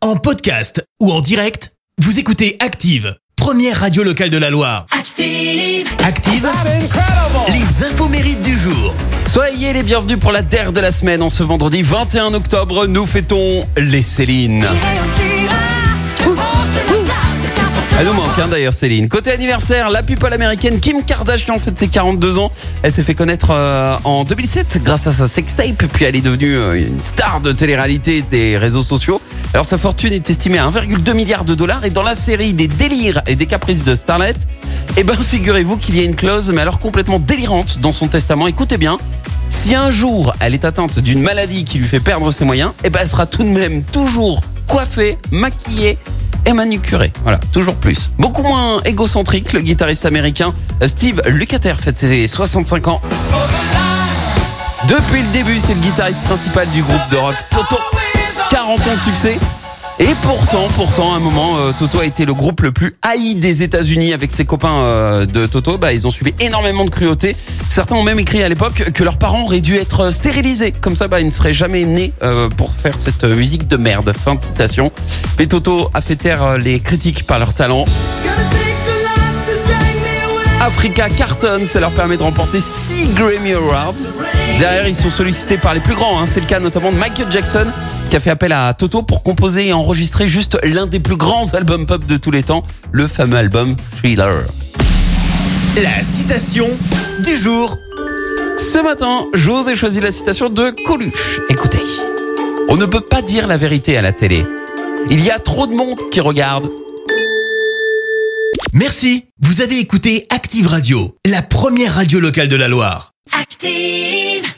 En podcast ou en direct, vous écoutez Active, première radio locale de la Loire. Active, les infos mérites du jour. Soyez les bienvenus pour la DER de la semaine. En ce vendredi 21 octobre, nous fêtons les Céline. Elle nous manque d'ailleurs Céline. Côté anniversaire, la people américaine Kim Kardashian fête ses 42 ans. Elle s'est fait connaître en 2007 grâce à sa sextape. Puis elle est devenue une star de télé-réalité et des réseaux sociaux. Alors sa fortune est estimée à 1,2 milliard de dollars. Et dans la série des délires et des caprices de Starlet, figurez-vous qu'il y a une clause, mais alors complètement délirante dans son testament. Écoutez bien. Si un jour elle est atteinte d'une maladie qui lui fait perdre ses moyens, elle sera tout de même toujours coiffée, maquillée et manucuré. Voilà, toujours plus. Beaucoup moins égocentrique, le guitariste américain Steve Lukather fête ses 65 ans. Depuis le début, c'est le guitariste principal du groupe de rock Toto. 40 ans de succès. Et pourtant, à un moment, Toto a été le groupe le plus haï des États-Unis avec ses copains de Toto. Ils ont subi énormément de cruauté. Certains ont même écrit à l'époque que leurs parents auraient dû être stérilisés. Comme ça, ils ne seraient jamais nés pour faire cette musique de merde. Fin de citation. Mais Toto a fait taire les critiques par leur talent. Africa cartonne, ça leur permet de remporter 6 Grammy Awards. Derrière, ils sont sollicités par les plus grands. C'est le cas notamment de Michael Jackson, qui a fait appel à Toto pour composer et enregistrer juste l'un des plus grands albums pop de tous les temps, le fameux album Thriller. La citation du jour. Ce matin, j'ose ai choisi la citation de Coluche. Écoutez, on ne peut pas dire la vérité à la télé. Il y a trop de monde qui regarde. Merci. Vous avez écouté Active Radio, la première radio locale de la Loire. Active!